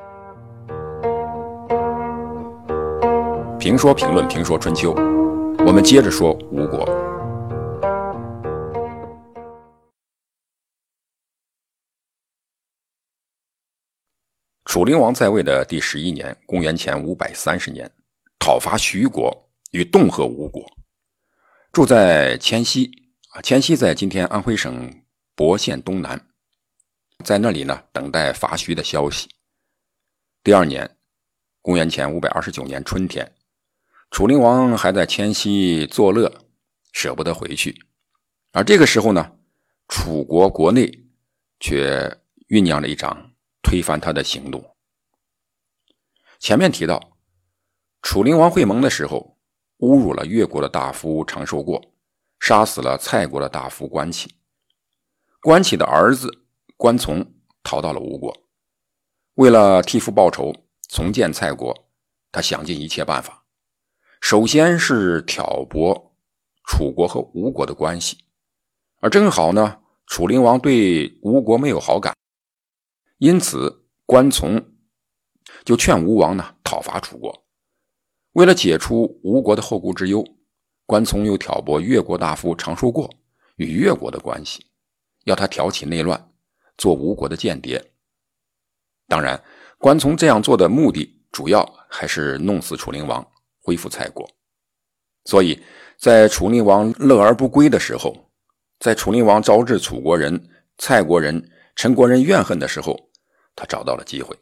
评说评论评说春秋，我们接着说吴国。楚灵王在位的第11年，公元前530年，讨伐徐国与恫吓吴国，住在黔西。黔西在今天安徽省亳县东南，在那里呢等待伐徐的消息。第2年，公元前529年春天，楚灵王还在黔西作乐，舍不得回去。而这个时候呢，楚国国内却酝酿了一场推翻他的行动。前面提到，楚灵王会盟的时候，侮辱了越国的大夫长寿过，杀死了蔡国的大夫关启。关启的儿子关从逃到了吴国，为了替父报仇，重建蔡国，他想尽一切办法。首先是挑拨楚国和吴国的关系，而正好呢，楚灵王对吴国没有好感，因此关从就劝吴王呢讨伐楚国。为了解除吴国的后顾之忧，关从又挑拨越国大夫长寿过与越国的关系，要他挑起内乱，做吴国的间谍。当然，关从这样做的目的主要还是弄死楚灵王，恢复蔡国。所以在楚灵王乐而不归的时候，在楚灵王招致楚国人、蔡国人、陈国人怨恨的时候，他找到了机会。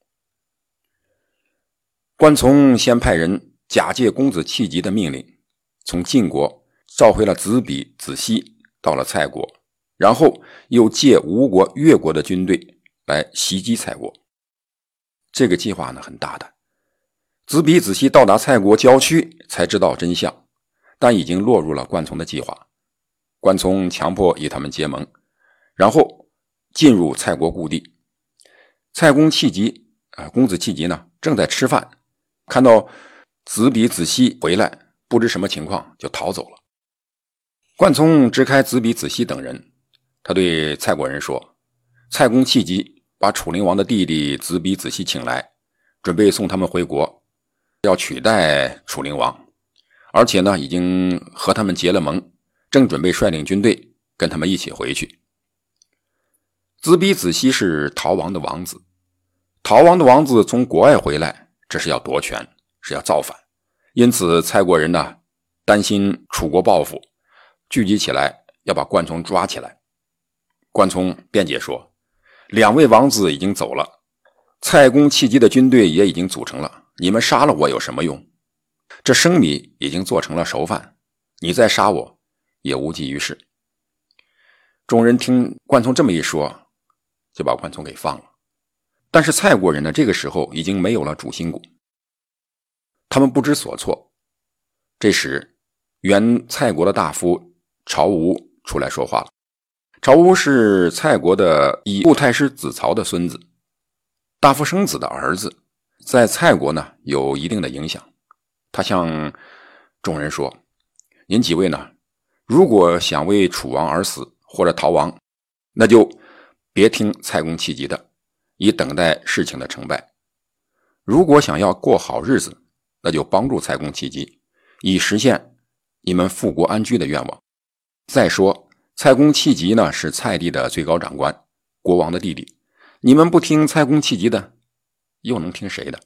关从先派人假借公子弃疾的命令，从晋国召回了子比、子西到了蔡国，然后又借吴国、越国的军队来袭击蔡国。这个计划呢很大胆。子比、子西到达蔡国郊区才知道真相，但已经落入了关从的计划。关从强迫与他们结盟，然后进入蔡国故地。蔡公弃疾公子弃疾呢正在吃饭，看到子比、子西回来，不知什么情况就逃走了。关从支开子比、子西等人，他对蔡国人说，蔡公弃疾把楚灵王的弟弟子比、子西请来，准备送他们回国，要取代楚灵王，而且呢已经和他们结了盟，正准备率领军队跟他们一起回去。子比、子西是逃亡的王子，逃亡的王子从国外回来，这是要夺权，是要造反。因此蔡国人呢担心楚国报复，聚集起来要把关从抓起来。关从辩解说，2位王子已经走了，蔡公弃疾的军队也已经组成了，你们杀了我有什么用？这生米已经做成了熟饭，你再杀我也无济于事。众人听关从这么一说，就把关从给放了。但是蔡国人呢，这个时候已经没有了主心骨，他们不知所措。这时原蔡国的大夫曹吴出来说话了。曹吴是蔡国的以布太师子曹的孙子，大夫生子的儿子，在蔡国呢有一定的影响。他向众人说，您几位呢，如果想为楚王而死或者逃亡，那就别听蔡公弃疾的，以等待事情的成败。如果想要过好日子，那就帮助蔡公弃疾，以实现你们富国安居的愿望。再说蔡公弃疾呢是蔡地的最高长官，国王的弟弟，你们不听蔡公弃疾的，又能听谁的？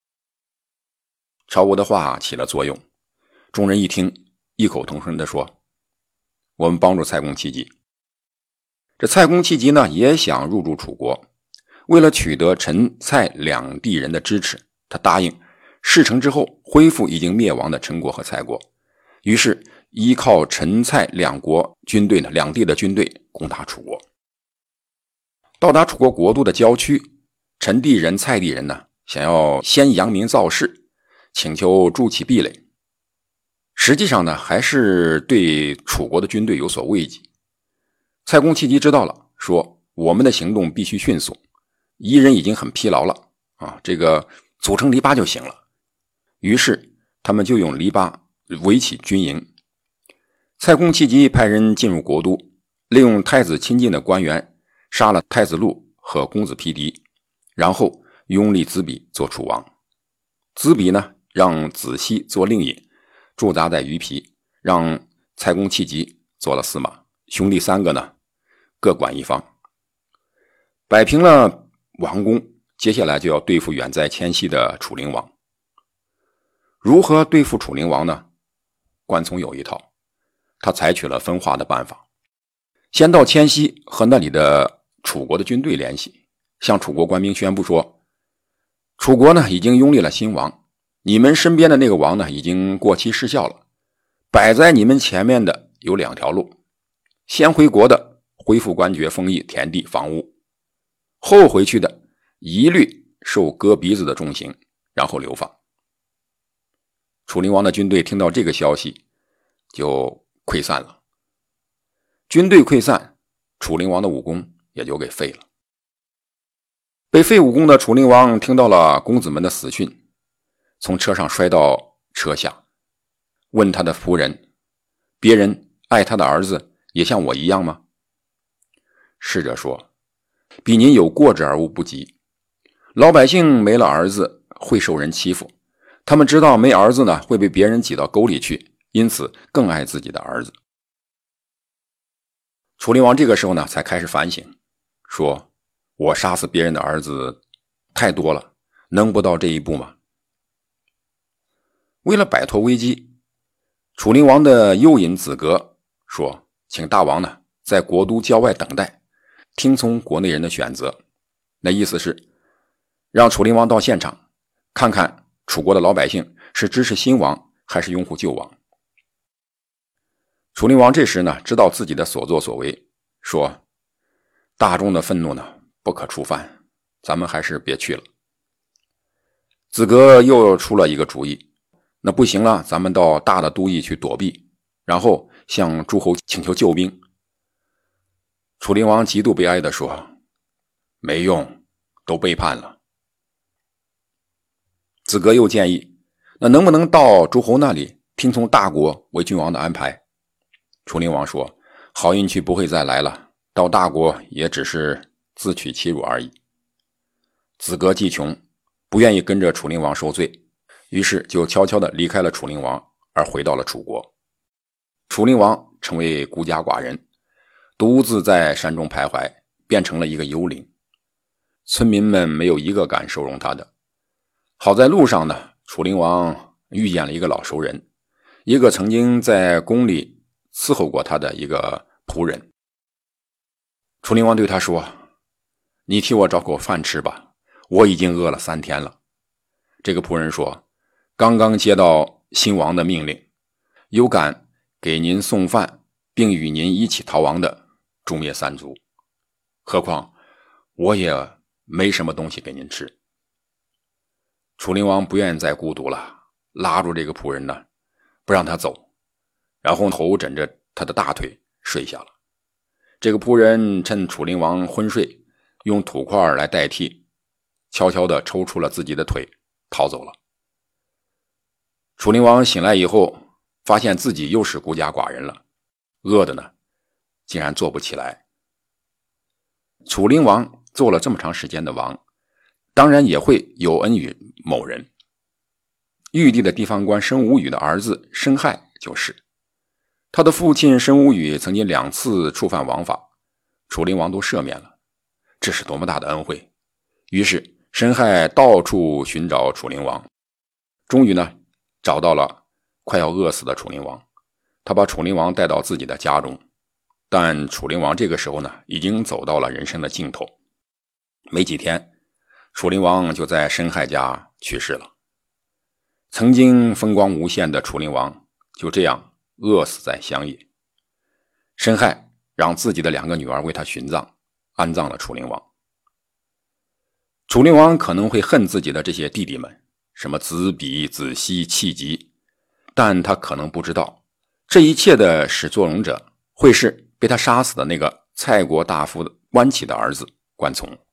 曹吴的话起了作用，众人一听，异口同声地说，我们帮助蔡公弃疾。这蔡公弃疾呢也想入驻楚国，为了取得陈蔡2地人的支持，他答应事成之后恢复已经灭亡的陈国和蔡国，于是依靠陈蔡2国军队呢，2地的军队攻打楚国。到达楚国国都的郊区，陈地人、蔡地人呢想要先扬名造势，请求筑起壁垒。实际上呢还是对楚国的军队有所畏惧。蔡公弃疾知道了，说我们的行动必须迅速，夷人已经很疲劳了这个组成篱笆就行了。于是他们就用篱笆围起军营。蔡公弃疾派人进入国都，利用太子亲近的官员杀了太子路和公子皮迪，然后拥立子比做楚王。子比呢，让子熙做令尹，驻扎在鱼皮，让蔡公弃疾做了司马，兄弟3个呢，各管一方。摆平了王公，接下来就要对付远在迁西的楚灵王。如何对付楚灵王呢？关从有一套，他采取了分化的办法，先到迁西和那里的楚国的军队联系，向楚国官兵宣布说，楚国呢已经拥立了新王，你们身边的那个王呢已经过期失效了，摆在你们前面的有2条路，先回国的恢复官爵、封邑、田地、房屋，后回去的一律受割鼻子的重刑，然后流放。楚灵王的军队听到这个消息就溃散了，军队溃散，楚灵王的武功也就给废了。被废武功的楚灵王听到了公子们的死讯，从车上摔到车下，问他的仆人，别人爱他的儿子也像我一样吗？侍者说，比您有过之而无不及。老百姓没了儿子会受人欺负，他们知道没儿子呢会被别人挤到沟里去，因此更爱自己的儿子。楚灵王这个时候呢才开始反省，说，我杀死别人的儿子太多了，能不到这一步吗？为了摆脱危机，楚灵王的右尹子格说，请大王呢在国都郊外等待，听从国内人的选择。那意思是让楚灵王到现场看看楚国的老百姓是支持新王还是拥护旧王。楚灵王这时呢知道自己的所作所为，说，大众的愤怒呢不可触犯，咱们还是别去了。子格又出了一个主意，那不行了，咱们到大的都邑去躲避，然后向诸侯请求救兵。楚灵王极度悲哀地说，没用，都背叛了。子格又建议，那能不能到诸侯那里听从大国为君王的安排？楚灵王说，好运气不会再来了，到大国也只是自取其辱而已。子格既穷，不愿意跟着楚灵王受罪，于是就悄悄地离开了楚灵王，而回到了楚国。楚灵王成为孤家寡人，独自在山中徘徊，变成了一个幽灵。村民们没有一个敢收容他的。好在路上呢，楚灵王遇见了一个老熟人，一个曾经在宫里伺候过他的一个仆人。楚灵王对他说，你替我找口饭吃吧，我已经饿了3天了。这个仆人说，刚刚接到新王的命令，有敢给您送饭并与您一起逃亡的，诛灭3族，何况我也没什么东西给您吃。楚灵王不愿再孤独了，拉住这个仆人呢，不让他走，然后头枕着他的大腿睡下了。这个仆人趁楚灵王昏睡，用土块来代替，悄悄地抽出了自己的腿，逃走了。楚灵王醒来以后，发现自己又是孤家寡人了，饿的呢，竟然坐不起来。楚灵王做了这么长时间的王，当然也会有恩于某人。玉帝的地方官申无宇的儿子申亥就是，他的父亲申无宇曾经2次触犯王法，楚灵王都赦免了，这是多么大的恩惠。于是申亥到处寻找楚灵王，终于呢找到了快要饿死的楚灵王，他把楚灵王带到自己的家中。但楚灵王这个时候呢已经走到了人生的尽头，没几天楚灵王就在申亥家去世了。曾经风光无限的楚灵王就这样饿死在乡野。申亥让自己的2个女儿为他殉葬，安葬了楚灵王。楚灵王可能会恨自己的这些弟弟们，什么子比、子熙、弃疾，但他可能不知道，这一切的始作俑者会是被他杀死的那个蔡国大夫关启的儿子关从。